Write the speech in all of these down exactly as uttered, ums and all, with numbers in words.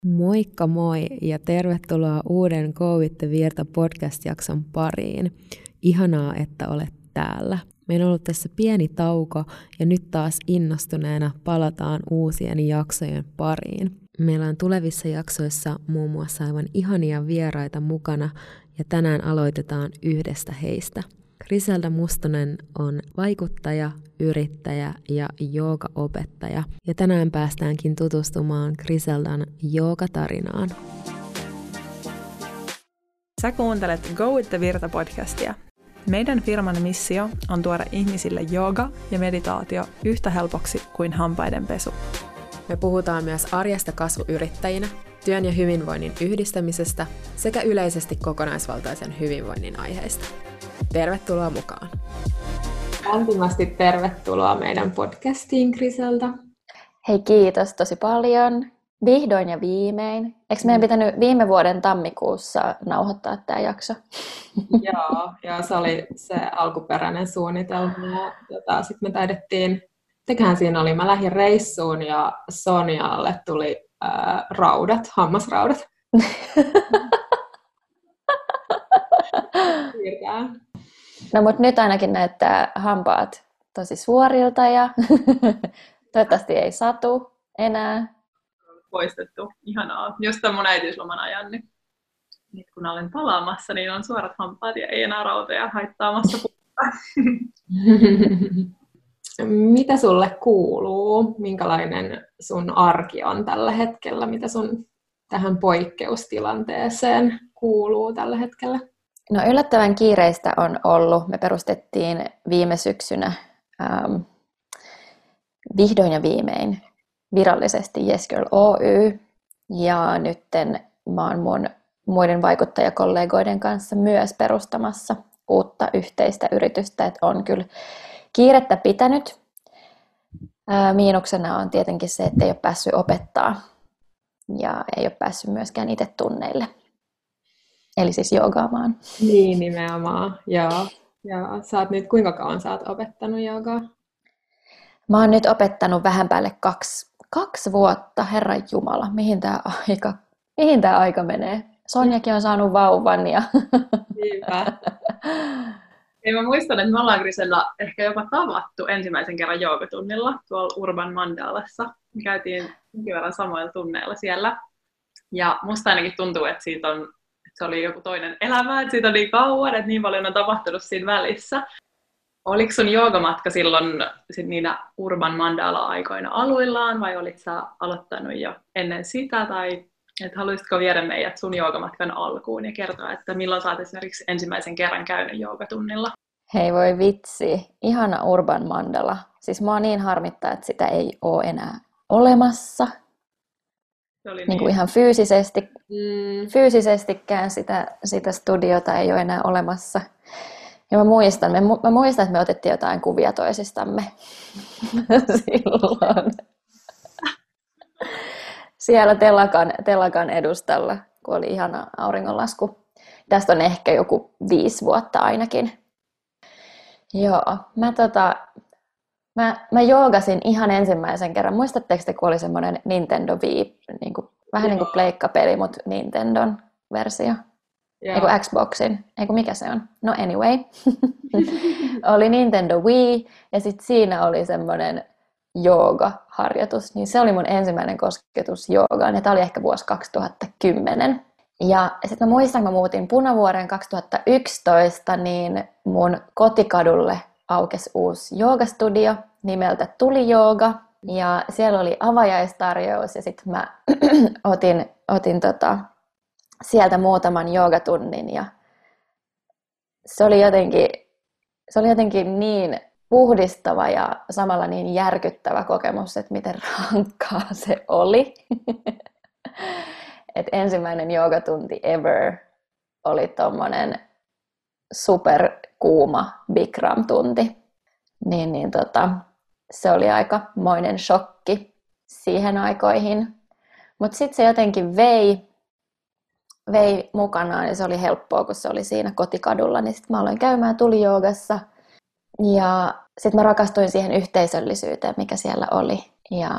Moikka moi ja tervetuloa uuden Go with the Virta podcast-jakson pariin. Ihanaa, että olet täällä. Meillä on ollut tässä pieni tauko ja nyt taas innostuneena palataan uusien jaksojen pariin. Meillä on tulevissa jaksoissa muun muassa aivan ihania vieraita mukana ja tänään aloitetaan yhdestä heistä. Griselda Mustonen on vaikuttaja, yrittäjä ja joogaopettaja. Ja tänään päästäänkin tutustumaan Griseldan joogatarinaan. Sä kuuntelet Go with the Virta podcastia. Meidän firman missio on tuoda ihmisille jooga ja meditaatio yhtä helpoksi kuin hampaiden pesu. Me puhutaan myös arjesta kasvuyrittäjinä, työn ja hyvinvoinnin yhdistämisestä sekä yleisesti kokonaisvaltaisen hyvinvoinnin aiheista. Tervetuloa mukaan! Lämpimästi tervetuloa meidän podcastiin, Griselda. Hei, kiitos tosi paljon. Vihdoin ja viimein. Eikö meidän pitänyt viime vuoden tammikuussa nauhoittaa tämä jakso? Joo, ja se oli se alkuperäinen suunnitelma. Ja tota, sitten me taidettiin, teköhän siinä oli, mä lähdin reissuun ja Sonjalle tuli ää, raudat, hammasraudat. No mut nyt ainakin näyttää hampaat tosi suorilta ja toivottavasti ei satu enää. Poistettu. Ihanaa. Just tämän mun äitiysloman ajan, niin nyt kun olen palaamassa, niin on suorat hampaat ja ei enää rautoja haittaamassa puhuta. Mitä sulle kuuluu? Minkälainen sun arki on tällä hetkellä? Mitä sun tähän poikkeustilanteeseen kuuluu tällä hetkellä? No yllättävän kiireistä on ollut. Me perustettiin viime syksynä ähm, vihdoin ja viimein virallisesti Yes Girl Oy. Ja nytten mä oon mun muiden vaikuttajakollegoiden kanssa myös perustamassa uutta yhteistä yritystä. Et on kyllä kiirettä pitänyt. Ää, miinuksena on tietenkin se, että ei ole päässyt opettaa ja ei ole päässyt myöskään itse tunneille. Eli siis joogaamaan. Niin, nimenomaan. Joo. Ja sä oot nyt, kuinka kauan sä oot opettanut joogaa? Mä oon nyt opettanut vähän päälle kaksi, kaksi vuotta. Herran Jumala, mihin tää aika, mihin tää aika menee? Sonjakin on saanut vauvan. Ja... Niinpä. Ei, mä muistan, että me ollaan Grisella ehkä jopa tavattu ensimmäisen kerran joogatunnilla tuolla Urban Mandalassa. Me käytiin jonkin verran samoilla tunneilla siellä. Ja musta ainakin tuntuu, että siitä on se oli joku toinen elämä, että siitä on niin kauan, että niin paljon on tapahtunut siinä välissä. Oliko sun joogamatka silloin sit niinä Urban Mandala-aikoina aluillaan, vai olit sä aloittanut jo ennen sitä, tai et haluaisitko viedä meidät sun joogamatkan alkuun ja kertoa, että milloin sä oot esimerkiksi ensimmäisen kerran käynyt joogatunnilla? Hei voi vitsi, ihana Urban Mandala. Siis mua niin harmittaa, että sitä ei ole enää olemassa. Niin. Niin kuin ihan fyysisesti, mm. fyysisestikään sitä, sitä studiota ei ole enää olemassa. Ja mä muistan, me, mä muistan, että me otettiin jotain kuvia toisistamme silloin. Siellä telakan, telakan edustalla, kun oli ihana auringonlasku. Tästä on ehkä joku viisi vuotta ainakin. Joo, mä tota... Mä, mä joogasin ihan ensimmäisen kerran. Muistatteko te, kun oli semmoinen Nintendo Wii, niin kuin, vähän niin kuin pleikkapeli, mutta Nintendon versio? Eiku Xboxin. Eiku mikä se on? No anyway. Oli Nintendo Wii ja sitten siinä oli semmoinen joogaharjoitus. Niin se oli mun ensimmäinen kosketus joogaan ja tää oli ehkä vuosi kaksituhattakymmenen. Ja sitten mä muistan, kun mä muutin Punavuoren kaksituhattayksitoista, niin mun kotikadulle aukesi uusi joogastudio nimeltä Tuli Jooga. Ja siellä oli avajaistarjous ja sitten mä otin, otin tota, sieltä muutaman joogatunnin. Ja se oli jotenkin, se oli jotenkin niin puhdistava ja samalla niin järkyttävä kokemus, että miten rankkaa se oli. Et ensimmäinen joogatunti ever oli tommonen superkuuma Bikram-tunti. Niin, niin tota, se oli aikamoinen shokki siihen aikoihin. Mutta sitten se jotenkin vei, vei mukanaan ja se oli helppoa, kun se oli siinä kotikadulla. Niin sitten mä aloin käymään tulijoogassa. Ja sitten mä rakastuin siihen yhteisöllisyyteen, mikä siellä oli. Ja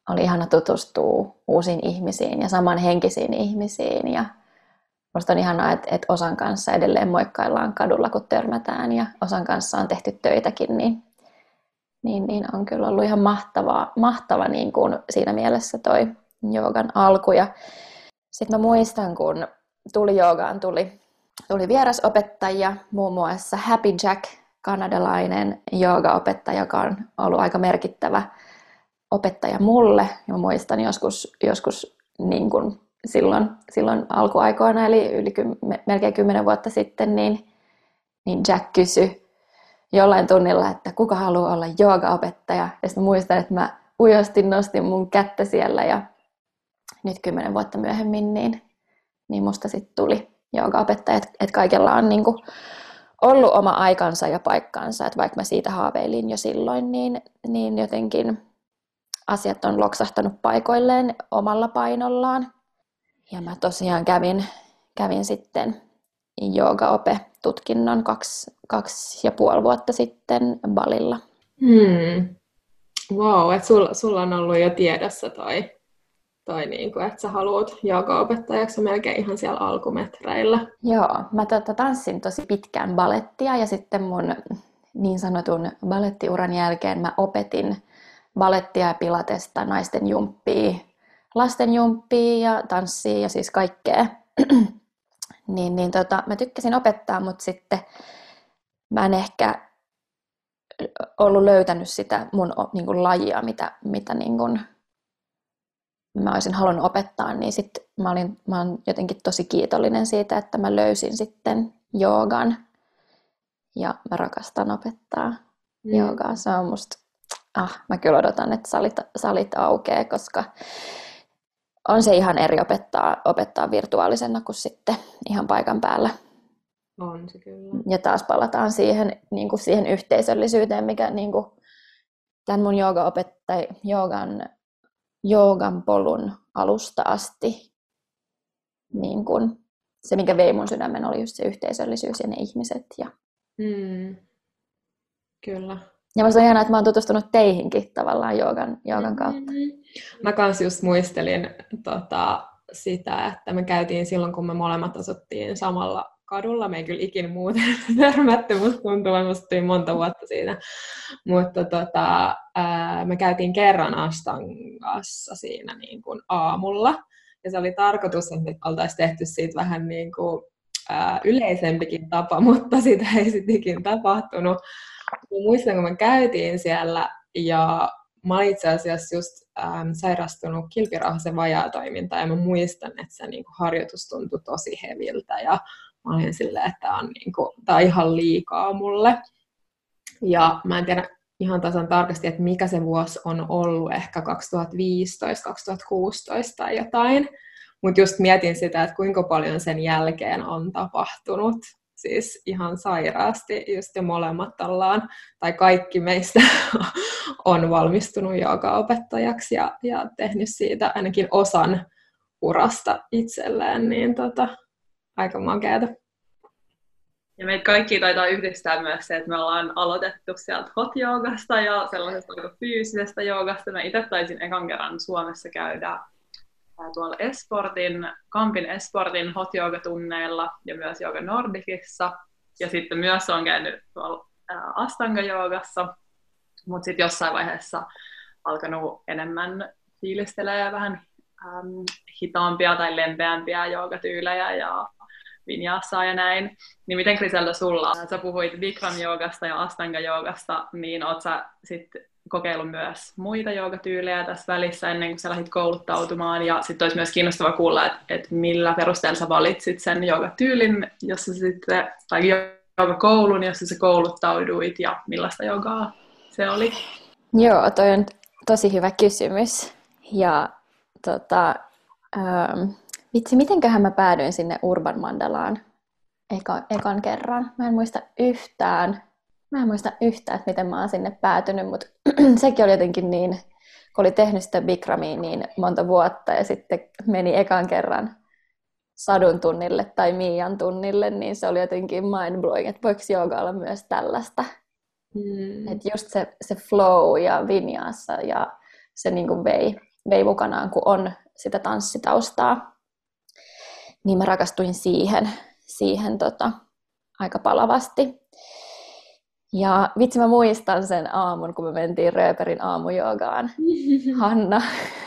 oli ihana tutustua uusiin ihmisiin ja samanhenkisiin ihmisiin. Ja musta on ihanaa, että, että osan kanssa edelleen moikkaillaan kadulla, kun törmätään, ja osan kanssa on tehty töitäkin, niin, niin, niin on kyllä ollut ihan mahtava, mahtava niin kuin siinä mielessä toi joogan alku. Ja sitten mä muistan, kun tuli joogaan, tuli, tuli vierasopettaja, muun muassa Happy Jack, kanadalainen joogaopettaja, joka on ollut aika merkittävä opettaja mulle. Ja mä muistan joskus, joskus niin kuin silloin, silloin alkuaikoina, eli yli kym, melkein kymmenen vuotta sitten, niin, niin Jack kysyi jollain tunnilla, että kuka haluaa olla joogaopettaja. Ja sitten muistan, että mä ujosti nostin mun kättä siellä, ja nyt kymmenen vuotta myöhemmin, niin, niin musta sitten tuli joogaopettaja, että et kaikella on niinku ollut oma aikansa ja paikkansa, että vaikka mä siitä haaveilin jo silloin, niin, niin jotenkin asiat on loksahtanut paikoilleen omalla painollaan. Ja mä tosiaan kävin, kävin sitten joogaope-tutkinnon kaksi, kaksi ja puoli vuotta sitten Balilla. Hmm. Wow, että sulla, sulla on ollut jo tiedossa toi, toi niinku, että sä haluat joogaopettajaksi melkein ihan siellä alkumetreillä. Joo, mä tota, tanssin tosi pitkään balettia, ja sitten mun niin sanotun balettiuran jälkeen mä opetin balettia ja pilatesta, naisten jumppia, lasten jumppia ja tanssia ja siis kaikkea. niin, niin tota, mä tykkäsin opettaa, mutta sitten mä en ehkä ollut löytänyt sitä mun niin kuin, lajia, mitä, mitä niin kuin, mä olisin halunnut opettaa, niin sitten mä olin, mä olin jotenkin tosi kiitollinen siitä, että mä löysin sitten joogan. Ja mä rakastan opettaa mm. joogaa. Se on musta, ah, mä kyllä odotan, että salit, salit aukeaa, koska on se ihan eri opettaa, opettaa virtuaalisena kuin sitten ihan paikan päällä. On se kyllä. Ja taas palataan siihen, niin kuin siihen yhteisöllisyyteen, mikä niin kuin tämän mun joogaopettaja, joogan, joogan polun alusta asti, niin kuin se, mikä vei mun sydämen, oli just se yhteisöllisyys ja ne ihmiset. Ja mm. Kyllä. Ja musta on ihanaa, että mä oon tutustunut teihinkin tavallaan joogan, joogan kautta. Mm-hmm. Mä kans just muistelin tota, sitä, että me käytiin silloin, kun me molemmat asuttiin samalla kadulla. Me ei kyllä ikin muuten törmätty, musta tuntuu, että musta tuli monta vuotta siitä. Mutta tota, ää, me käytiin kerran Astangassa siinä niin kuin aamulla. Ja se oli tarkoitus, että me oltaisiin tehty siitä vähän niin kuin, ää, yleisempikin tapa, mutta sitä ei sitten ikin tapahtunut. Mä muistan, kun me käytiin siellä, ja mä olin itse asiassa just ähm, sairastunut kilpirauhasen vajaatoimintaan, ja mä muistan, että se niinku, harjoitus tuntui tosi heviltä, ja mä olin silleen, että tää on, niinku, tää on ihan liikaa mulle. Ja mä en tiedä ihan tasan tarkasti, että mikä se vuosi on ollut, ehkä kaksituhattaviisitoista kaksituhattakuusitoista tai jotain. Mutta just mietin sitä, että kuinka paljon sen jälkeen on tapahtunut. Siis ihan sairaasti, just jo molemmat ollaan, tai kaikki meistä on valmistunut joogaopettajaksi ja, ja tehnyt siitä ainakin osan urasta itselleen, niin tota, aika makeata. Ja meitä kaikki taitaa yhdistää myös se, että me ollaan aloitettu sieltä hot-joogasta ja sellaisesta aika fyysisestä joogasta. Mä itse taisin ekan kerran Suomessa käydä tuolla Esportin, Kampin Esportin hot-joogatunneilla ja myös Jooga Nordicissa. Ja sitten myös on käynyt tuolla Astanga-joogassa, mutta sitten jossain vaiheessa alkanut enemmän fiilistelemään vähän äm, hitaampia tai lempeämpiä joogatyylejä ja vinyasaa ja näin. Niin miten Griselda sulla? Sä puhuit Bikram-joogasta ja Astanga-joogasta, niin oot sä sitten kokeillut myös muita joogatyylejä tässä välissä ennen kuin sä lähdit kouluttautumaan. Ja sitten olisi myös kiinnostava kuulla, että et millä perusteella sä valitsit sen joogatyylin, jossa sitten, tai joogakoulun, jossa sä kouluttauduit, ja millaista joogaa se oli? Joo, toi on tosi hyvä kysymys. Ja tota, ähm, vitsi, mitenköhän mä päädyin sinne Urban Mandalaan eka, ekan kerran? Mä en muista yhtään. Mä en muista yhtään, että miten mä oon sinne päätynyt, mutta sekin oli jotenkin niin, kun oli tehnyt sitä Bikramia niin monta vuotta ja sitten meni ekan kerran sadun tunnille tai Miian tunnille, niin se oli jotenkin mind-blowing, että voiko jooga olla myös tällaista. Mm. Että just se, se flow ja vinyasa ja se niin kuin vei, vei mukanaan, kun on sitä tanssitaustaa. Niin mä rakastuin siihen, siihen tota, aika palavasti. Ja vitsi, mä muistan sen aamun, kun me mentiin Rööperin aamujoogaan. Hanna.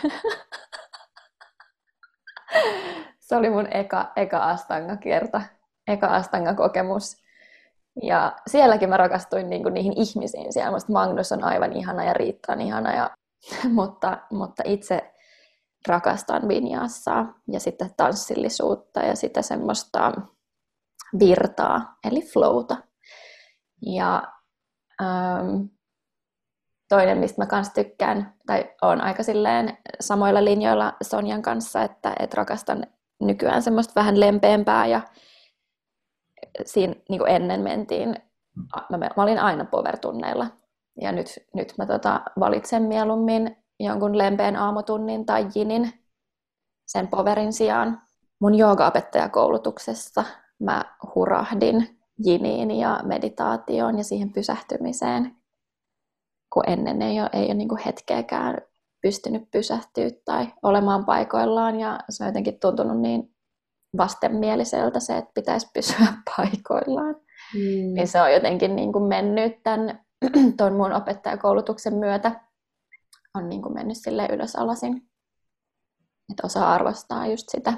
Se oli mun eka, eka astanga-kerta, eka astanga-kokemus. Ja sielläkin mä rakastuin niinku niihin ihmisiin. Siellä musta Magnus on aivan ihana ja Riitta on ihana. Ja, mutta, mutta itse rakastan vinjassaa ja sitten tanssillisuutta ja sitä semmoista virtaa, eli flowta. Ja ähm, toinen, mistä mä kans tykkään, tai on aika silleen samoilla linjoilla Sonjan kanssa, että et rakastan nykyään semmoista vähän lempeämpää ja siinä niin kuin ennen mentiin, mä, mä olin aina power-tunneilla ja nyt, nyt mä tota, valitsen mieluummin jonkun lempeän aamutunnin tai jinin sen powerin sijaan. Mun joogaopettajakoulutuksessa mä hurahdin jiniin ja meditaatioon ja siihen pysähtymiseen, kun ennen ei ole, ei ole niin kuin hetkeäkään pystynyt pysähtyä tai olemaan paikoillaan ja se on jotenkin tuntunut niin vastenmieliseltä se, että pitäisi pysyä paikoillaan. Mm. Niin se on jotenkin niin kuin mennyt tämän ton mun opettajakoulutuksen myötä. On niin kuin mennyt silleen ylös alasin. Että osaa arvostaa just sitä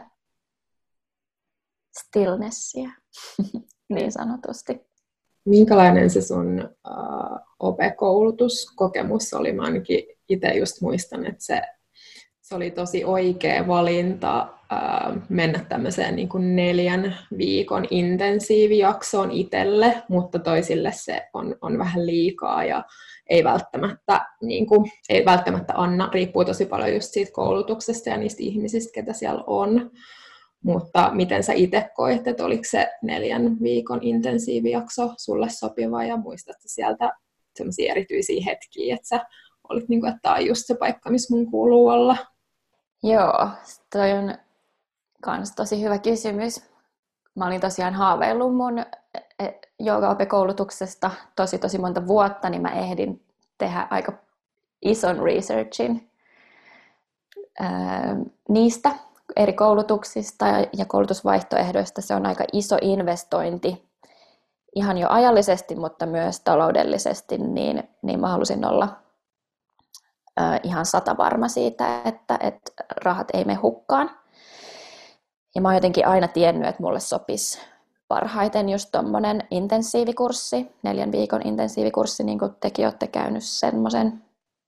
stillnessia, niin sanotusti. Minkälainen se sun uh, opekoulutuskokemus oli? Mä ainakin itse just muistan, että se, se oli tosi oikea valinta uh, mennä tämmöiseen niin kuin neljän viikon intensiivijaksoon itselle, mutta toisille se on, on vähän liikaa ja ei välttämättä, niin kuin, ei välttämättä anna, riippuu tosi paljon just siitä koulutuksesta ja niistä ihmisistä, ketä siellä on. Mutta miten sä itse koit, että oliko se neljän viikon intensiivijakso sulle sopiva ja muistatko sieltä sellaisia erityisiä hetkiä, että sä olit niin kuin, että tämä on just se paikka, missä mun kuuluu olla? Joo, toi on kans tosi hyvä kysymys. Mä olin tosiaan haaveillut mun joogaopekoulutuksesta tosi tosi monta vuotta, niin mä ehdin tehdä aika ison researchin ää, niistä eri koulutuksista ja koulutusvaihtoehdoista. Se on aika iso investointi ihan jo ajallisesti, mutta myös taloudellisesti, niin, niin mä halusin olla ää, ihan satavarma siitä, että, että rahat ei mene hukkaan. Ja mä oon jotenkin aina tiennyt, että mulle sopisi parhaiten just tommonen intensiivikurssi, neljän viikon intensiivikurssi, niin kuin tekin olette käynyt semmoisen.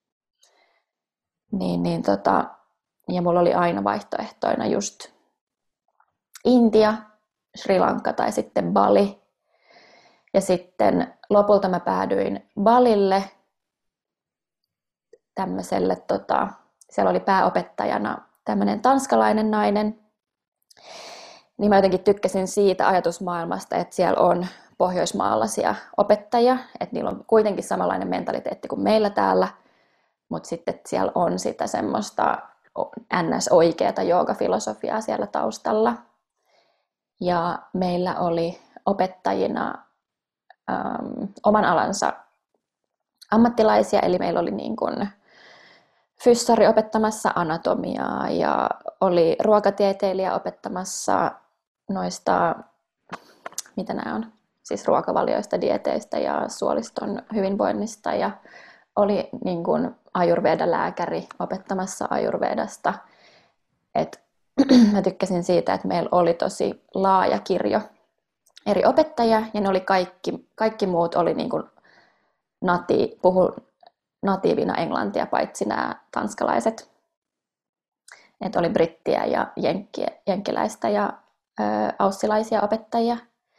Niin, niin tota, ja mulla oli aina vaihtoehtoina just Intia, Sri Lanka tai sitten Bali. Ja sitten lopulta mä päädyin Balille tämmöiselle, tota, siellä oli pääopettajana tämmöinen tanskalainen nainen. Niin mä jotenkin tykkäsin siitä ajatusmaailmasta, että siellä on pohjoismaalaisia opettajia, että niillä on kuitenkin samanlainen mentaliteetti kuin meillä täällä, mutta sitten siellä on sitä semmoista ns-oikeata joogafilosofiaa siellä taustalla. Ja meillä oli opettajina äm, oman alansa ammattilaisia, eli meillä oli niin kuin fyssari opettamassa anatomiaa ja oli ruokatieteilijä opettamassa noista, mitä nämä on, siis ruokavalioista, dieteistä ja suoliston hyvinvoinnista ja oli niin kuin ajurveda-lääkäri opettamassa ajurvedasta. Et mä tykkäsin siitä, että meillä oli tosi laaja kirjo eri opettajia ja ne oli kaikki, kaikki muut oli niin kuin nati, puhu natiivina englantia, paitsi nämä tanskalaiset. Et oli brittiä ja jenkkiä, jenkkiläistä ja ö, aussilaisia opettajia.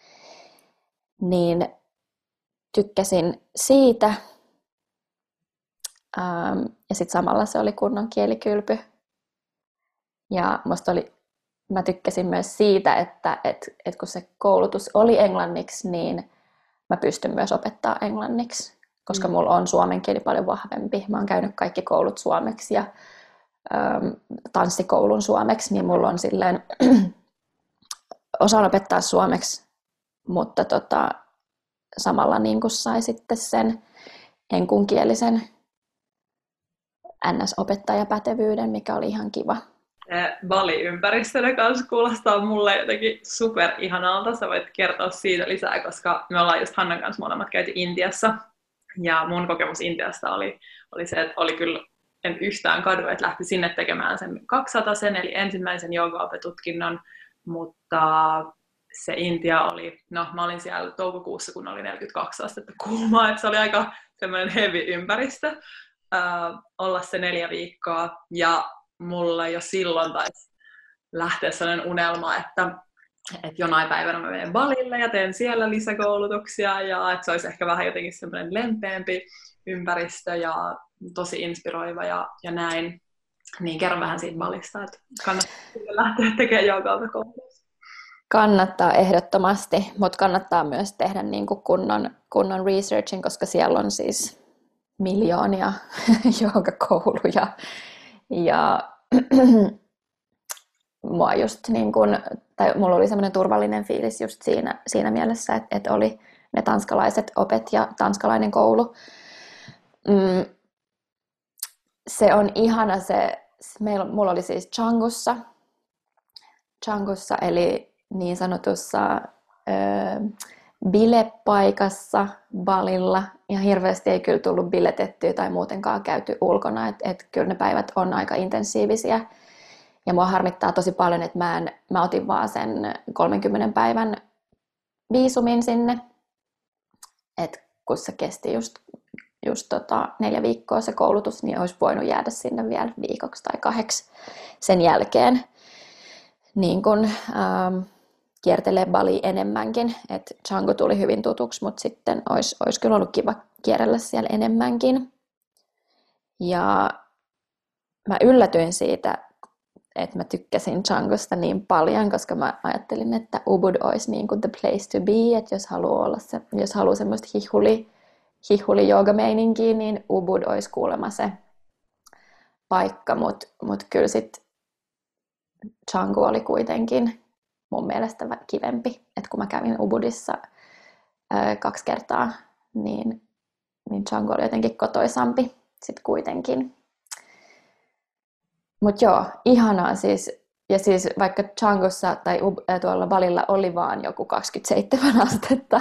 Niin tykkäsin siitä. Ähm, ja sitten samalla se oli kunnon kielikylpy. Ja musta oli, mä tykkäsin myös siitä, että et, et kun se koulutus oli englanniksi, niin mä pystyn myös opettaa englanniksi, koska mm. mulla on suomen kieli paljon vahvempi. Mä oon käynyt kaikki koulut suomeksi ja äm, tanssikoulun suomeksi, niin mulla on silleen, osaan opettaa suomeksi, mutta tota, samalla niin kun sai sitten sen enkunkielisen N S-opettajapätevyyden, mikä oli ihan kiva. Bali-ympäristönä kanssa kuulostaa mulle jotenkin super ihanalta. Sä voit kertoa siitä lisää, koska me ollaan just Hannan kanssa molemmat käyty Intiassa. Ja mun kokemus Intiasta oli, oli se, että oli kyllä, en yhtään kadu, että lähti sinne tekemään sen kaksisataa eli ensimmäisen joogaopetutkinnon, mutta se Intia oli, no mä olin siellä toukokuussa, kun oli neljäkymmentäkaksi astetta kuumaa, että se oli aika semmoinen heavy ympäristö äh, olla se neljä viikkoa, ja mulla jo silloin taisi lähteä sellainen unelma, että, että jonain päivänä mä menen Balille ja teen siellä lisäkoulutuksia, ja että se olisi ehkä vähän jotenkin semmoinen lempeämpi ympäristö ja tosi inspiroiva ja, ja näin. Niin kerron vähän siitä Balista, että kannattaa lähteä tekemään joogaopetokoulutusta. Kannattaa ehdottomasti, mutta kannattaa myös tehdä niin kuin kunnon, kunnon researchin, koska siellä on siis miljoonia joogakouluja. Ja mua just niin kun, tai mulla oli semmoinen turvallinen fiilis just siinä, siinä mielessä, että, että oli ne tanskalaiset opet ja tanskalainen koulu. Mm, se on ihana se, meillä, mulla oli siis Canggussa, Canggussa eli niin sanotussa ö, bilepaikassa Balilla. Ja hirveästi ei kyllä tullut biletettyä tai muutenkaan käyty ulkona, että et kyllä ne päivät on aika intensiivisiä. Ja mua harmittaa tosi paljon, että mä, en, mä otin vaan sen kolmenkymmenen päivän viisumin sinne. Että kun se kesti just, just tota neljä viikkoa se koulutus, niin olisi voinut jäädä sinne vielä viikoksi tai kahdeksi sen jälkeen. Niin kun, ähm, kiertelee Bali enemmänkin. Et Canggu tuli hyvin tutuksi, mutta sitten olisi, olisi kyllä ollut kiva kierrellä siellä enemmänkin. Ja mä yllätyin siitä, että mä tykkäsin Canggusta niin paljon, koska mä ajattelin, että Ubud olisi niin kuin the place to be, että jos haluaa olla se, jos haluaa semmoista hihuli, hihuli joogameininkiä, niin Ubud olisi kuulemma se paikka, mutta mut kyllä sitten Canggu oli kuitenkin mun mielestä kivempi, että kun mä kävin Ubudissa ää, kaksi kertaa, niin, niin Canggu oli jotenkin kotoisampi sitten kuitenkin. Mut joo, ihanaa siis. Ja siis vaikka Canggussa tai ää, tuolla Balilla oli vaan joku kaksikymmentäseitsemän astetta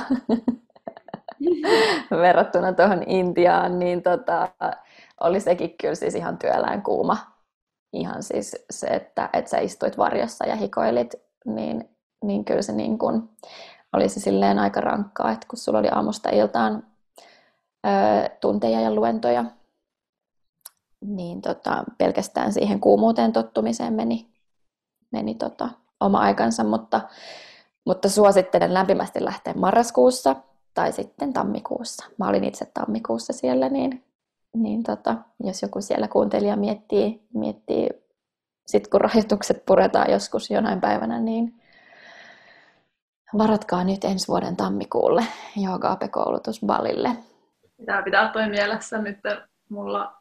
verrattuna tuohon Intiaan, niin tota, oli sekin kyllä siis ihan työläin kuuma. Ihan siis se, että, että sä istuit varjossa ja hikoilit, niin, niin kyllä se niin kuin oli se silleen aika rankkaa, että kun sulla oli aamusta iltaan ää, tunteja ja luentoja, niin tota, pelkästään siihen kuumuuteen tottumiseen meni, meni tota, oma aikansa, mutta, mutta suosittelen lämpimästi lähteä marraskuussa tai sitten tammikuussa. Mä olin itse tammikuussa siellä, niin, niin tota, jos joku siellä kuuntelija miettii, miettii sit kun rajoitukset puretaan joskus jonain päivänä, niin varatkaa nyt ensi vuoden tammikuulle jooga-ape-koulutus Balille. Pitää pitää toi mielessä nyt, mulla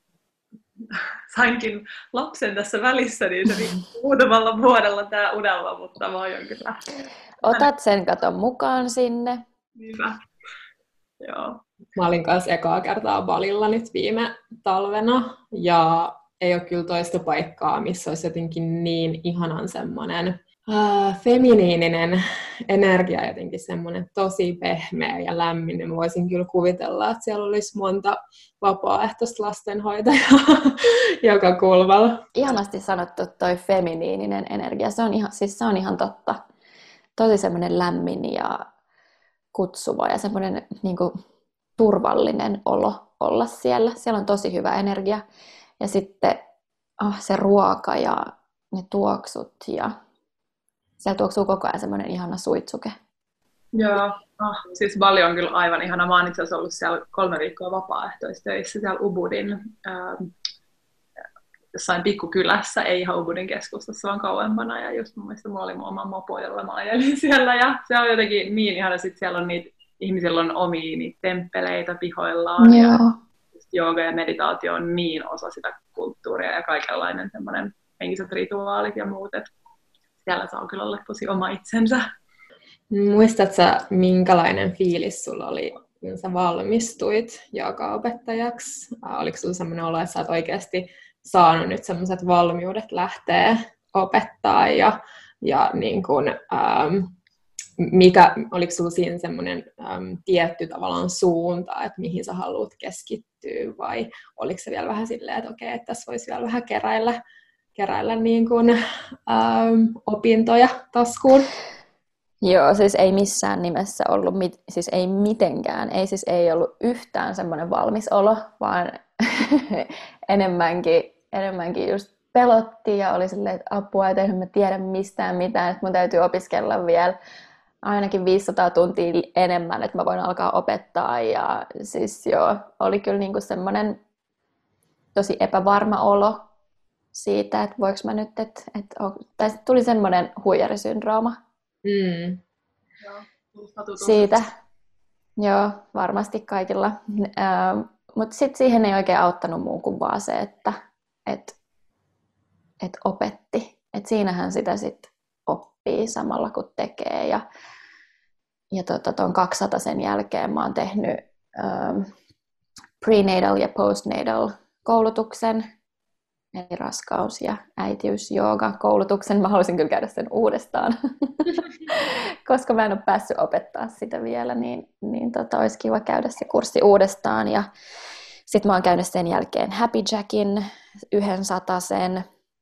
sainkin lapsen tässä välissä, niin se muutamalla vuodella tämä unelma, mutta mä aion kyllä. Otat sen katon mukaan sinne. Hyvä. Joo. Mä olin kanssa ekaa kertaa Balilla nyt viime talvena, ja ei ole kyllä toista paikkaa, missä olisi jotenkin niin ihanan semmoinen äh, feminiininen energia, jotenkin semmoinen tosi pehmeä ja lämmin. Mä voisin kyllä kuvitella, että siellä olisi monta vapaaehtoista lastenhoitajaa joka kulmalla. Ihanasti sanottu toi feminiininen energia, se on ihan, siis se on ihan totta. Tosi semmoinen lämmin ja kutsuva ja semmoinen niin kuin turvallinen olo olla siellä. Siellä on tosi hyvä energia. Ja sitten oh, se ruoka ja ne tuoksut ja siellä tuoksuu koko ajan semmoinen ihana suitsuke. Joo, oh, siis Bali on kyllä aivan ihana. Mä oon itse asiassa ollut siellä kolme viikkoa vapaaehtoistöissä siellä Ubudin ähm, jossain pikkukylässä, ei ihan Ubudin keskustassa, vaan kauempana. Ja just mun mielestä mulla oli mun oma mopo, jolla mä ajelin siellä. Ja se on jotenkin niin ihana, sitten siellä on niitä, ihmisillä on omia niitä temppeleitä pihoillaan. Joo. Ja jooga ja meditaatio on niin osa sitä kulttuuria ja kaikenlainen semmoinen henkiset rituaalit ja muut, että siellä saa kyllä olla tosi oma itsensä. Muistatko sä, minkälainen fiilis sulla oli kun sä valmistuit joogaopettajaksi? Oliko sulla sellainen olo, että sä oot oikeasti saanut nyt sellaiset valmiudet lähteä opettaa ja, ja niin kun, ähm, mikä, oliko sulla siinä semmoinen ähm, tietty tavallaan suunta, että mihin sä haluat keskittyä vai oliko se vielä vähän silleen, että okei, että tässä voisi vielä vähän keräillä, keräillä niin kun, ähm, opintoja taskuun? Joo, siis ei missään nimessä ollut, mit, siis ei mitenkään, ei siis ei ollut yhtään semmoinen valmis olo, vaan enemmänkin, enemmänkin just pelotti ja oli silleen, että apua, että en mä tiedä mistään mitään, että mun täytyy opiskella vielä ainakin viisisataa tuntia enemmän, että mä voin alkaa opettaa ja siis joo, oli kyllä niinku semmoinen tosi epävarma olo siitä, että voiko mä nyt, että, että tai tuli semmoinen huijarisyndrooma. Mm. Siitä. Joo, varmasti kaikilla. Ähm, mutta sitten siihen ei oikein auttanut muu kuin vaan se, että et, et opetti. Et siinähän sitä sitten oppii samalla kun tekee. Ja, ja tota, ton kaksisataa sen jälkeen mä oon tehnyt ähm, prenatal ja postnatal koulutuksen. Eli raskaus- ja äitiys-jooga-koulutuksen. Mä haluaisin kyllä käydä sen uudestaan, koska mä en ole päässyt opettaa sitä vielä, niin, niin tota, olisi kiva käydä se kurssi uudestaan. Ja sitten mä oon käynyt sen jälkeen Happy Jackin yhden satasen.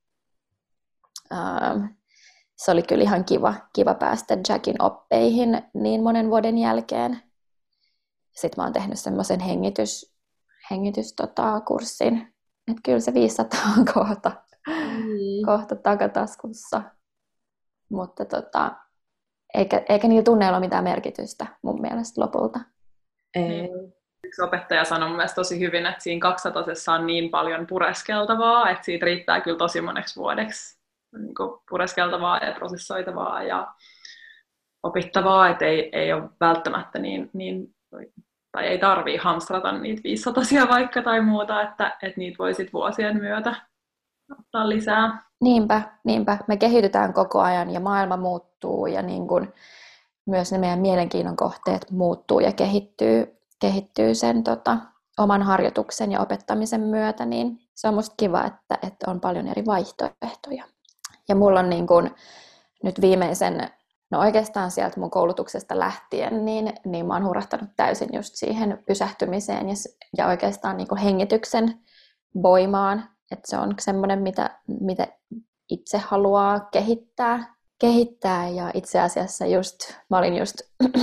Ähm, se oli kyllä ihan kiva, kiva päästä Jackin oppeihin niin monen vuoden jälkeen. Sitten mä oon tehnyt semmoisen hengitys, hengityskurssin. Että kyllä se viisisataa on kohta, mm. kohta takataskussa. Mutta tota, eikä, eikä niillä tunneilla ole mitään merkitystä mun mielestä lopulta. Ei. Yksi opettaja sanoi mun mielestä tosi hyvin, että siinä kaksisatasessa on niin paljon pureskeltavaa, että siitä riittää kyllä tosi moneksi vuodeksi niin kuin pureskeltavaa ja prosessoitavaa ja opittavaa, että ei, ei ole välttämättä niin, niin tai ei tarvii hamstrata niitä viisisatasia vaikka tai muuta, että, että niitä voi sit vuosien myötä ottaa lisää. Niinpä, niinpä. Me kehitytään koko ajan ja maailma muuttuu ja niin kun myös ne meidän mielenkiinnon kohteet muuttuu ja kehittyy, kehittyy sen tota, oman harjoituksen ja opettamisen myötä, niin se on musta kiva, että, että on paljon eri vaihtoehtoja. Ja mulla on niin kun nyt viimeisen No oikeastaan sieltä mun koulutuksesta lähtien, niin, niin mä oon hurahtanut täysin just siihen pysähtymiseen ja, ja oikeastaan niin kuin hengityksen voimaan. Että se on semmoinen, mitä, mitä itse haluaa kehittää. kehittää. Ja itse asiassa just, mä olin just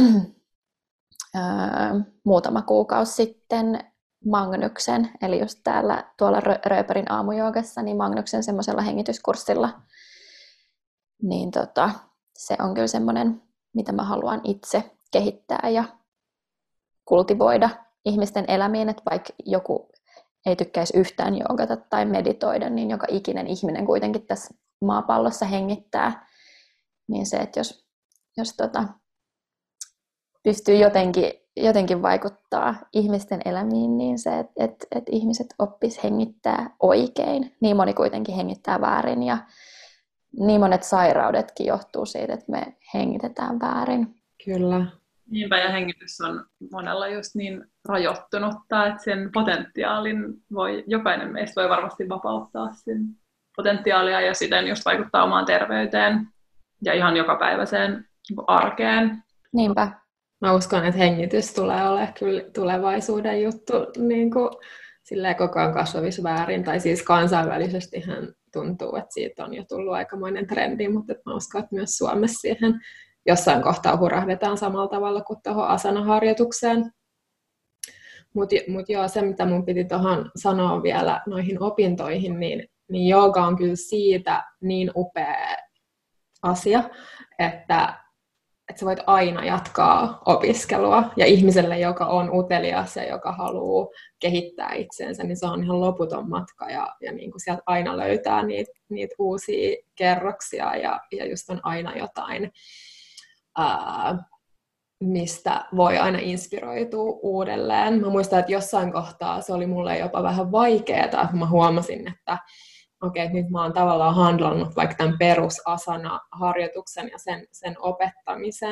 ää, muutama kuukausi sitten Magnuksen, eli just täällä tuolla Rööperin aamujoogassa, niin Magnuksen semmoisella hengityskurssilla. Niin tota... Se on kyllä semmoinen, mitä mä haluan itse kehittää ja kultivoida ihmisten elämiin, että vaikka joku ei tykkäisi yhtään joogata tai meditoida, niin joka ikinen ihminen kuitenkin tässä maapallossa hengittää. Niin se, että jos, jos tota, pystyy jotenkin, jotenkin vaikuttaa ihmisten elämiin, niin se, että, että, että ihmiset oppis hengittää oikein. Niin moni kuitenkin hengittää väärin ja niin monet sairaudetkin johtuu siitä, että me hengitetään väärin. Kyllä. Niinpä, ja hengitys on monella just niin rajoittunutta, että sen potentiaalin voi, jokainen meistä voi varmasti vapauttaa sen potentiaalia ja siten just vaikuttaa omaan terveyteen ja ihan jokapäiväiseen arkeen. Niinpä. Mä uskon, että hengitys tulee olemaan kyllä tulevaisuuden juttu niin kuin silleen koko ajan kasvavissa väärin, tai siis kansainvälisestihän tuntuu, että siitä on jo tullut aikamoinen trendi, mutta mä uskon, että myös Suomessa siihen jossain kohtaa hurahdetaan samalla tavalla kuin tuohon asana-harjoitukseen. Mutta mut joo, se mitä mun piti tuohon sanoa vielä noihin opintoihin, niin, niin jooga on kyllä siitä niin upea asia, että että sä voit aina jatkaa opiskelua. Ja ihmiselle, joka on utelias ja joka haluaa kehittää itseensä, niin se on ihan loputon matka. Ja, ja niin kuin sieltä aina löytää niitä, niitä uusia kerroksia ja, ja just on aina jotain, ää, mistä voi aina inspiroitua uudelleen. Mä muistan, että jossain kohtaa se oli mulle jopa vähän vaikeaa. Mä huomasin, että okei, nyt mä oon tavallaan handlannut vaikka tämän perusasana-harjoituksen ja sen, sen opettamisen,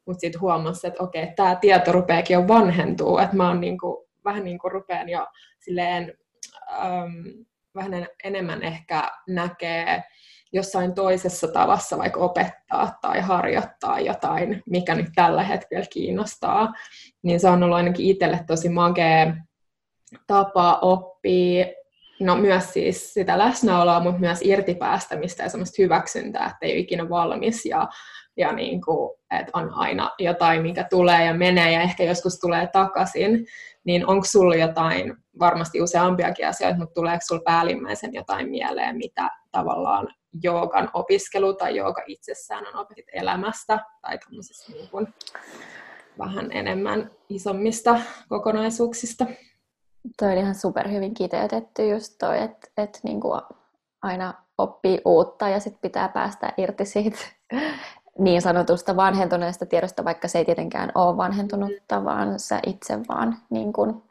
mutta sitten huomasi, että okei, tämä tieto rupeakin jo vanhentuu, että mä oon niinku, vähän niin kuin rupean jo silleen, äm, vähän enemmän ehkä näkee jossain toisessa tavassa vaikka opettaa tai harjoittaa jotain, mikä nyt tällä hetkellä kiinnostaa, niin se on ollut ainakin itselle tosi magea tapa oppia, no myös siis sitä läsnäoloa, mutta myös irtipäästämistä ja semmoista hyväksyntää, että ei ole ikinä valmis ja, ja niin kuin, että on aina jotain, mikä tulee ja menee ja ehkä joskus tulee takaisin, niin onko sulla jotain, varmasti useampiakin asioita, mutta tuleeko sulla päällimmäisen jotain mieleen, mitä tavallaan joogan opiskelu tai jooga itsessään on opettu elämästä tai tämmöisistä niin kuin vähän enemmän isommista kokonaisuuksista? Toi oli ihan superhyvin kiteytetty just toi, että et niinku aina oppii uutta ja sit pitää päästä irti siitä niin sanotusta vanhentuneesta tiedosta, vaikka se ei tietenkään ole vanhentunutta, vaan sä itse vaan niin kun,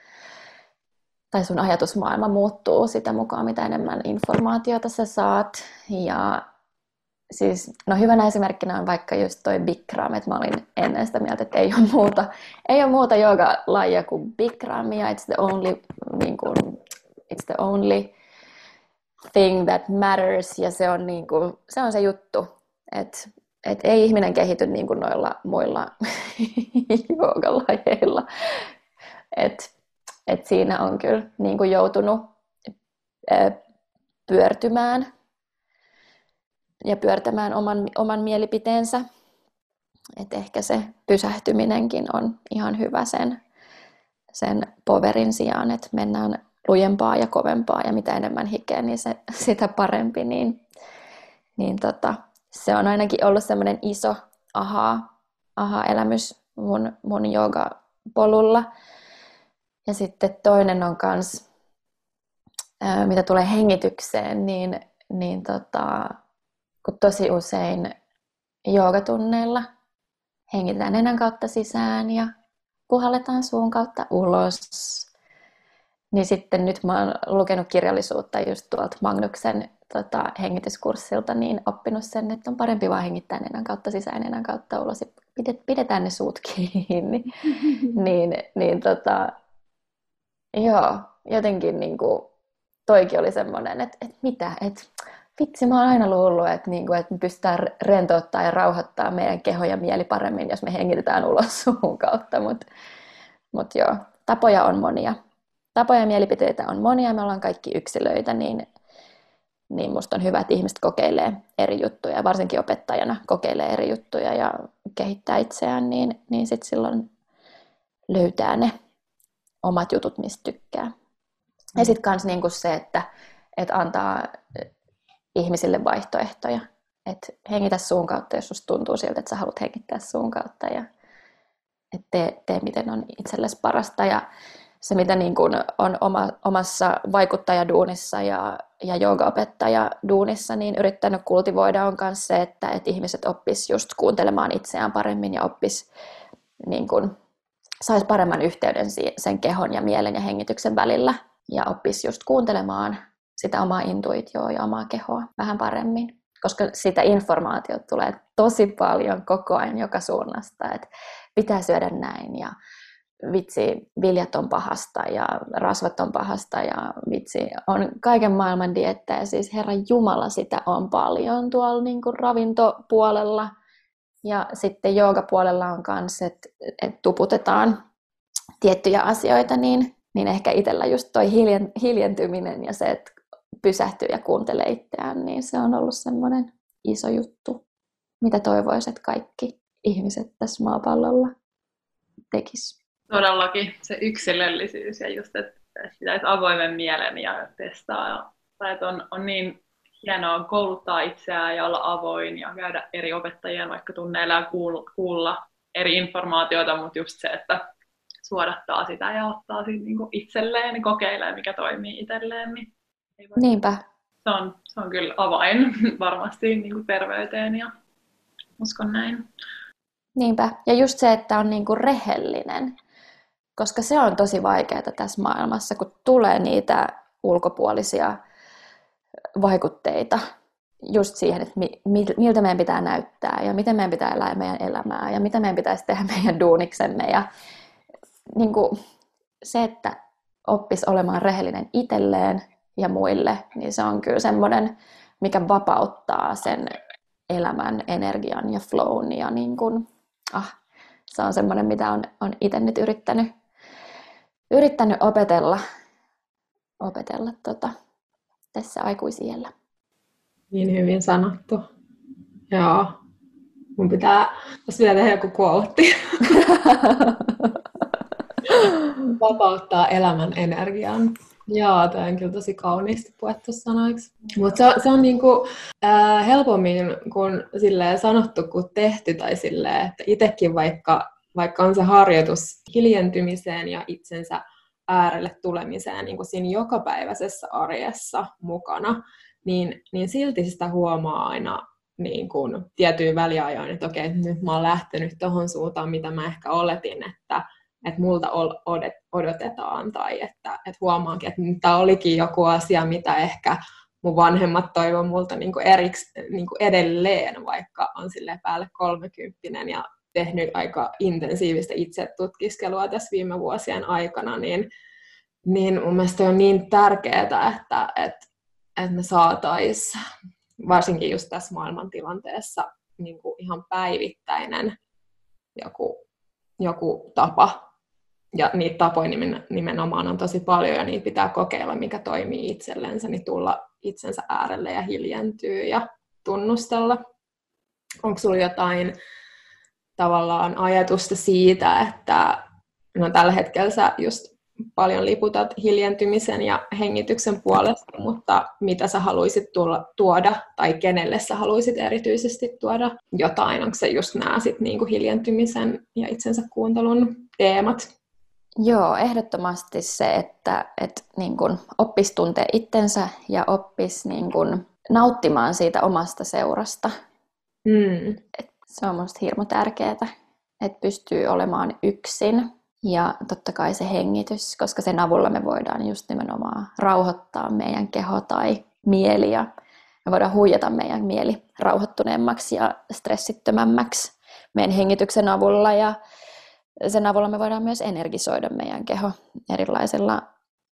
tai sun ajatusmaailma muuttuu sitä mukaan, mitä enemmän informaatiota sä saat. Ja siis, no hyvänä esimerkkinä on vaikka just toi Bikram, että mä olin ennen sitä mieltä, että ei ole muuta, ei ole muuta joogalajia kuin Bikram, ja it's the only, niin kuin, it's the only thing that matters, ja se on, niin kuin, se, on se juttu, että et ei ihminen kehity niin kuin noilla muilla joogalajeilla. Että et siinä on kyllä niin kuin joutunut ää, pyörtymään ja pyörtämään oman, oman mielipiteensä. Et ehkä se pysähtyminenkin on ihan hyvä sen, sen poverin sijaan, että mennään lujempaa ja kovempaa ja mitä enemmän hikeä, niin se, sitä parempi. Niin, niin tota, se on ainakin ollut semmoinen iso aha, aha-elämys mun, mun joogapolulla. Ja sitten toinen on kans, ää, mitä tulee hengitykseen, niin, niin tota, kun tosi usein joogatunneilla hengitään nenän kautta sisään ja puhalletaan suun kautta ulos. Niin sitten nyt mä oon lukenut kirjallisuutta just tuolta Magnuksen tota, hengityskurssilta, niin oppinut sen, että on parempi vaan hengittää nenän kautta sisään, nenän kautta ulos ja pidetään ne suut kiinni. niin, niin tota, joo, jotenkin niinku, toikin oli semmoinen, että, että mitä, että vitsi, mä oon aina luullut, että, niinku, että me pystytään rentouttaa ja rauhoittaa meidän keho ja mieli paremmin, jos me hengitetään ulos suun kautta, mutta mut joo, tapoja on monia. Tapoja ja mielipiteitä on monia, me ollaan kaikki yksilöitä, niin, niin musta on hyvä, että ihmiset kokeilee eri juttuja, varsinkin opettajana kokeilee eri juttuja ja kehittää itseään, niin, niin sitten silloin löytää ne omat jutut, mistä tykkää. Mm. Ja sitten kans niinku se, että, että antaa ihmisille vaihtoehtoja. Että hengitä suun kautta, jos susta tuntuu siltä, että sä haluat hengittää suun kautta. Ja että tee, tee miten on itsellesi parasta. Ja se, mitä niin kuin on oma, omassa vaikuttajaduunissa ja, ja joogaopettajaduunissa, niin yrittänyt kultivoida on myös se, että, että ihmiset oppis just kuuntelemaan itseään paremmin ja oppis niin kuin sais paremman yhteyden sen kehon ja mielen ja hengityksen välillä ja oppisi just kuuntelemaan sitä omaa intuitioa ja omaa kehoa vähän paremmin, koska sitä informaatiota tulee tosi paljon koko ajan joka suunnasta, että pitää syödä näin ja vitsi, viljat on pahasta ja rasvat on pahasta ja vitsi, on kaiken maailman dieettejä, siis Herran Jumala sitä on paljon tuolla niin kuin ravintopuolella. Ja sitten joogapuolella on myös, että et tuputetaan tiettyjä asioita, niin, niin ehkä itsellä just toi hiljen, hiljentyminen ja se, että pysähtyy ja kuuntelee itseään, niin se on ollut semmoinen iso juttu, mitä toivoisin, että kaikki ihmiset tässä maapallolla tekis. Todellakin se yksilöllisyys ja just, että pitäisi avoimen mielen ja testaa. Tai että on, on niin hienoa kouluttaa itseään ja olla avoin ja käydä eri opettajien vaikka tunneilla ja kuulla eri informaatiota, mutta just se, että suodattaa sitä ja ottaa siitä niinku itselleen ja kokeilee, mikä toimii itselleen. Niin Niinpä. Se on, se on kyllä avain varmasti niinku terveyteen ja uskon näin. Niinpä. Ja just se, että on niinku rehellinen, koska se on tosi vaikeaa tässä maailmassa, kun tulee niitä ulkopuolisia vaikutteita just siihen, että miltä meidän pitää näyttää ja miten meidän pitää elää meidän elämää ja mitä meidän pitäisi tehdä meidän duuniksemme. Ja niin kuin se, että oppisi olemaan rehellinen itselleen ja muille, niin se on kyllä semmoinen, mikä vapauttaa sen elämän energian ja flown. Ja niin kuin, ah, se on semmoinen, mitä on, on itse nyt yrittänyt, yrittänyt opetella, opetella tota, tässä aikuisiellä. Niin hyvin sanottu. Joo. Mun pitää, jos pitää tehdä joku quote. Vapauttaa elämän energian. Joo, tämä on kyllä tosi kauniisti puettu sanoiksi. Mutta se, se on niinku, äh, helpommin kuin silleen sanottu kuin tehty. Tai silleen, että itsekin vaikka, vaikka on se harjoitus hiljentymiseen ja itsensä äärelle tulemiseen niin kuin siinä jokapäiväisessä arjessa mukana, niin, niin silti sitä huomaa aina niin kuin tietyin väliajoin, että okei, nyt mä oon lähtenyt tohon suuntaan, mitä mä ehkä oletin, että, että multa odotetaan, tai että, että huomaankin, että tämä olikin joku asia, mitä ehkä mun vanhemmat toivon multa niin kuin eriks, niin kuin edelleen, vaikka on silleen päälle kolmekymppinen ja tehnyt aika intensiivistä itsetutkiskelua tässä viime vuosien aikana, niin, niin mun mielestä on niin tärkeää, että, että, että me saataisiin, varsinkin just tässä maailmantilanteessa, niin kuin ihan päivittäinen joku, joku tapa. Ja niitä tapoja nimenomaan on tosi paljon ja niitä pitää kokeilla, mikä toimii itsellensä, niin tulla itsensä äärelle ja hiljentyä ja tunnustella. Onko sulla jotain tavallaan ajatusta siitä, että no tällä hetkellä sä just paljon liputat hiljentymisen ja hengityksen puolesta, mutta mitä sä haluaisit tulla, tuoda tai kenelle sä haluaisit erityisesti tuoda jotain? Onko se just nämä sit niinku hiljentymisen ja itsensä kuuntelun teemat? Joo, ehdottomasti se, että et niin kun oppisi tuntee itsensä ja oppisi niin kun nauttimaan siitä omasta seurasta. Mm. Et se on musta hirmu tärkeää, että pystyy olemaan yksin ja totta kai se hengitys, koska sen avulla me voidaan just nimenomaan rauhoittaa meidän keho tai mieli ja me voidaan huijata meidän mieli rauhoittuneemmaksi ja stressittömämmäksi meidän hengityksen avulla ja sen avulla me voidaan myös energisoida meidän keho erilaisilla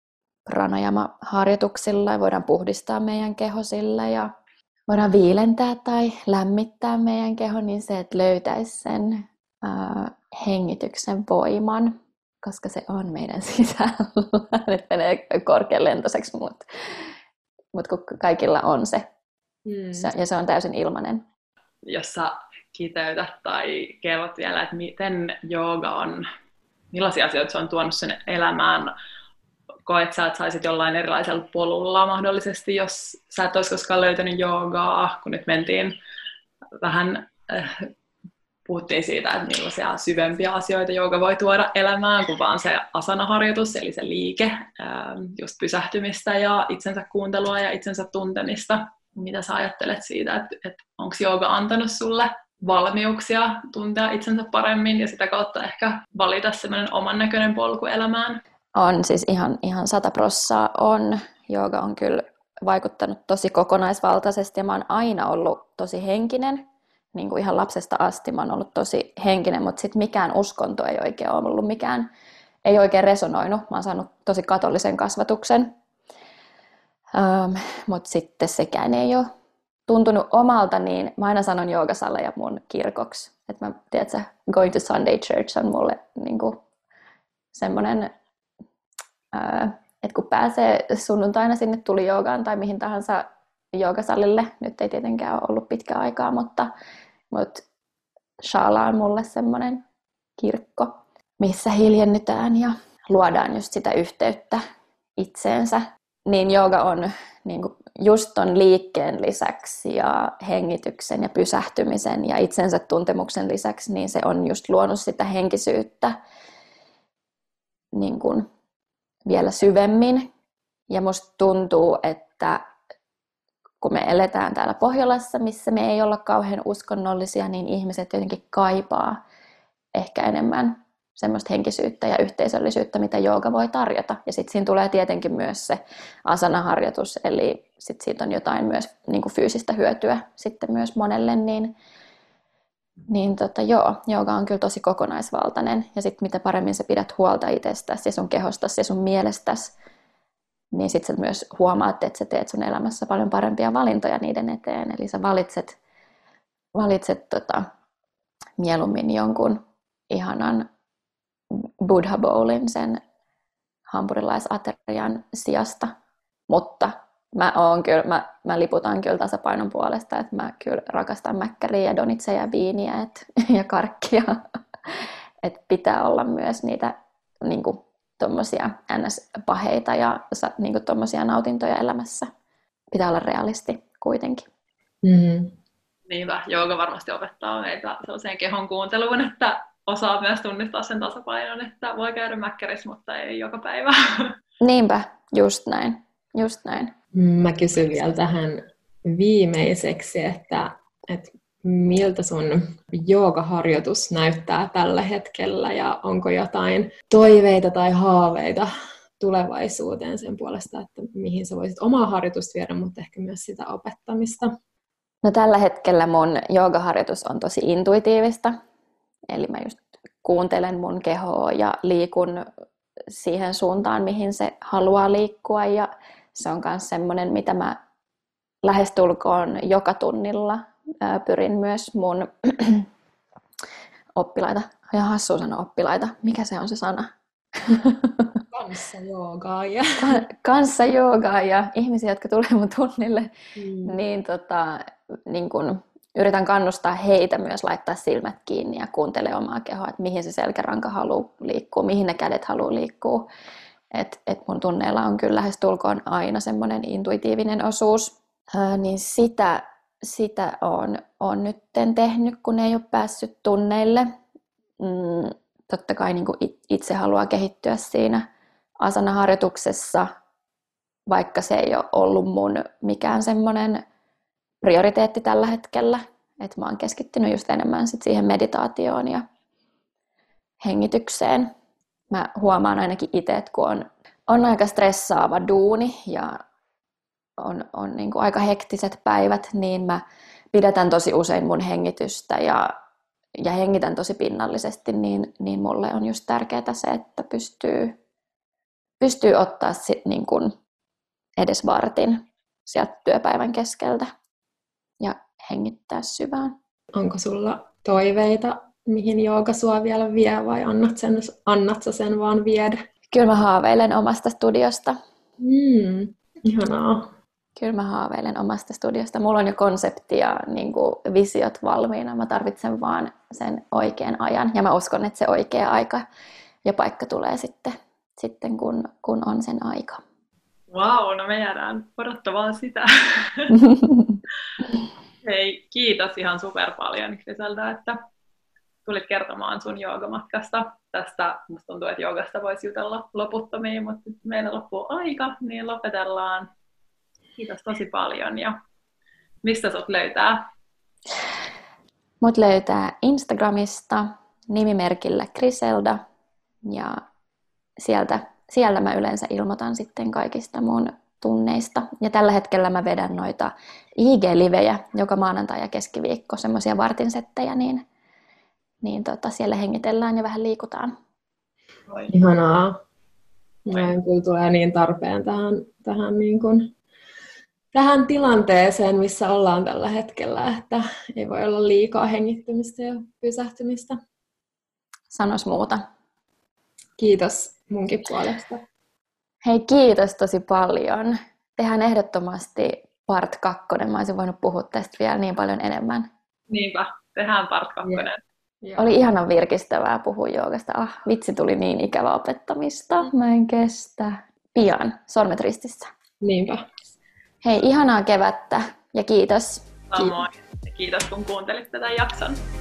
pranayama-harjoituksilla ja voidaan puhdistaa meidän keho sillä ja voidaan viilentää tai lämmittää meidän keho, niin se, että löytäisi sen ää, hengityksen voiman, koska se on meidän sisällä. Nyt menee korkealentoiseksi, mutta mut kun kaikilla on se. Mm. se. Ja se on täysin ilmainen. Jos sä kiteytät tai kerrot vielä, että miten jooga on, millaisia asioita se on tuonut sen elämään, koet sä, että saisit jollain erilaisella polulla mahdollisesti, jos sä et olisi koskaan löytänyt joogaa, kun nyt mentiin vähän, äh, puhuttiin siitä, että millaisia syvempiä asioita jooga voi tuoda elämään, kuin vaan se asana-harjoitus, eli se liike, äh, just pysähtymistä ja itsensä kuuntelua ja itsensä tuntemista. Mitä sä ajattelet siitä, että, että onko jooga antanut sulle valmiuksia tuntea itsensä paremmin ja sitä kautta ehkä valita semmoinen oman näköinen polku elämään? On siis ihan, ihan sata prossaa on. Jooga on kyllä vaikuttanut tosi kokonaisvaltaisesti ja mä oon aina ollut tosi henkinen. Niin kuin ihan lapsesta asti mä oon ollut tosi henkinen, mutta sitten mikään uskonto ei oikein ole ollut mikään, ei oikein resonoinut. Mä oon saanut tosi katolisen kasvatuksen, ähm, mutta sitten sekään ei ole tuntunut omalta, niin mä aina sanon joogasaleja mun kirkoksi. Että mä, tiedätkö, going to Sunday church on mulle niin kuin semmoinen, että kun pääsee sunnuntaina sinne tuli joogaan tai mihin tahansa joogasalille, nyt ei tietenkään ole ollut pitkä aikaa, mutta, mutta Shala on mulle semmoinen kirkko, missä hiljennytään ja luodaan just sitä yhteyttä itseensä. Niin jooga on niin kuin just ton liikkeen lisäksi ja hengityksen ja pysähtymisen ja itsensä tuntemuksen lisäksi, niin se on just luonut sitä henkisyyttä niin kuin vielä syvemmin. Ja musta tuntuu, että kun me eletään täällä Pohjolassa, missä me ei olla kauhean uskonnollisia, niin ihmiset jotenkin kaipaa ehkä enemmän semmoista henkisyyttä ja yhteisöllisyyttä, mitä jooga voi tarjota. Ja sitten siinä tulee tietenkin myös se asana-harjoitus, eli sitten siitä on jotain myös niin kuin fyysistä hyötyä sitten myös monelle, niin, niin tota, joo, jooga on kyllä tosi kokonaisvaltainen. Ja sitten mitä paremmin sä pidät huolta itsestäsi ja sun kehostasi ja sun mielestäsi, niin sitten sä myös huomaat, että sä teet sun elämässä paljon parempia valintoja niiden eteen. Eli sä valitset, valitset tota, mieluummin jonkun ihanan Buddha Bowlin sen hampurilaisaterian sijasta, mutta mä, oon kyllä, mä, mä liputan kyllä tasapainon puolesta, että mä kyllä rakastan mäkkäriä ja donitseja ja viiniä et, ja karkkia, että pitää olla myös niitä niinku, tommosia ns-paheita ja niinku, tommosia nautintoja elämässä. Pitää olla realisti kuitenkin. Mm-hmm. Niinpä, jooga varmasti opettaa meitä sellaiseen kehon kuunteluun, että osaa myös tunnistaa sen tasapainon, että voi käydä mäkkärissä, mutta ei joka päivä. Niinpä, just näin, just näin. Mä kysyn vielä tähän viimeiseksi, että, että miltä sun joogaharjoitus näyttää tällä hetkellä ja onko jotain toiveita tai haaveita tulevaisuuteen sen puolesta, että mihin sä voisit omaa harjoitusta viedä, mutta ehkä myös sitä opettamista? No tällä hetkellä mun joogaharjoitus on tosi intuitiivista. Eli mä just kuuntelen mun kehoa ja liikun siihen suuntaan, mihin se haluaa liikkua. Ja se on myös semmoinen, mitä mä lähestulkoon joka tunnilla pyrin myös mun oppilaita. Ja hassua sanoa oppilaita. Mikä se on se sana? Kanssa joogaa ja... Kanssa joogaa ja ihmisiä, jotka tulee mun tunnille. Mm. Niin, tota, niin kun yritän kannustaa heitä myös laittaa silmät kiinni ja kuuntele omaa kehoa, että mihin se selkäranka haluaa liikkua, mihin ne kädet haluaa liikkua. Et, et mun tunneilla on kyllä lähestulkoon aina semmoinen intuitiivinen osuus. Ää, niin sitä, sitä on, on nyt tehnyt, kun ei ole päässyt tunneille. Mm, totta kai niin kuin itse haluaa kehittyä siinä asana-harjoituksessa, vaikka se ei ole ollut mun mikään semmoinen prioriteetti tällä hetkellä. Että mä oon keskittynyt just enemmän sit siihen meditaatioon ja hengitykseen. Mä huomaan ainakin itse, että kun on, on aika stressaava duuni ja on, on niin kuin aika hektiset päivät, niin mä pidätän tosi usein mun hengitystä ja, ja hengitän tosi pinnallisesti, niin, niin mulle on just tärkeää se, että pystyy, pystyy ottaa sit niin kuin edes vartin sieltä työpäivän keskeltä ja hengittää syvään. Onko sulla toiveita, mihin jooga sua vielä vie vai annat, sen, annat sä sen vaan viedä? Kyllä mä haaveilen omasta studiosta. Mm, ihanaa. Kyllä mä haaveilen omasta studiosta. Mulla on jo konsepti ja niin kuin visiot valmiina. Mä tarvitsen vaan sen oikean ajan. Ja mä uskon, että se oikea aika ja paikka tulee sitten, sitten kun, kun on sen aika. Vau, wow, no me jäädään odottamaan sitä. Hei, kiitos ihan super paljon Griselda, että tulit kertomaan sun joogamatkasta. Tästä musta tuntuu, että joogasta voisi jutella loputtomiin, mutta meillä loppuu aika, niin lopetellaan. Kiitos tosi paljon. Ja mistä sut löytää? Mut löytää Instagramista nimimerkillä Griselda ja sieltä, sieltä mä yleensä ilmoitan sitten kaikista mun tunneista. Ja tällä hetkellä mä vedän noita I G-livejä joka maanantai ja keskiviikko, semmoisia vartinsettejä, niin, niin tota, siellä hengitellään ja vähän liikutaan. Ihanaa. Näin kyllä tulee niin tarpeen tähän, tähän, niin kuin, tähän tilanteeseen, missä ollaan tällä hetkellä, että ei voi olla liikaa hengittämistä ja pysähtymistä. Sanois muuta. Kiitos munkin puolesta. Hei, kiitos tosi paljon. Tehdään ehdottomasti part kakkonen. Mä olisin voinut puhua tästä vielä niin paljon enemmän. Niinpä, tehdään part kakkonen. Yeah. Oli ihanan virkistävää puhua joogasta. Ah, vitsi, tuli niin ikävä opettamista. Mä en kestä. Pian, sormet ristissä. Niinpä. Hei, ihanaa kevättä ja kiitos. Samoin. Kiitos kun kuuntelit tätä jakson.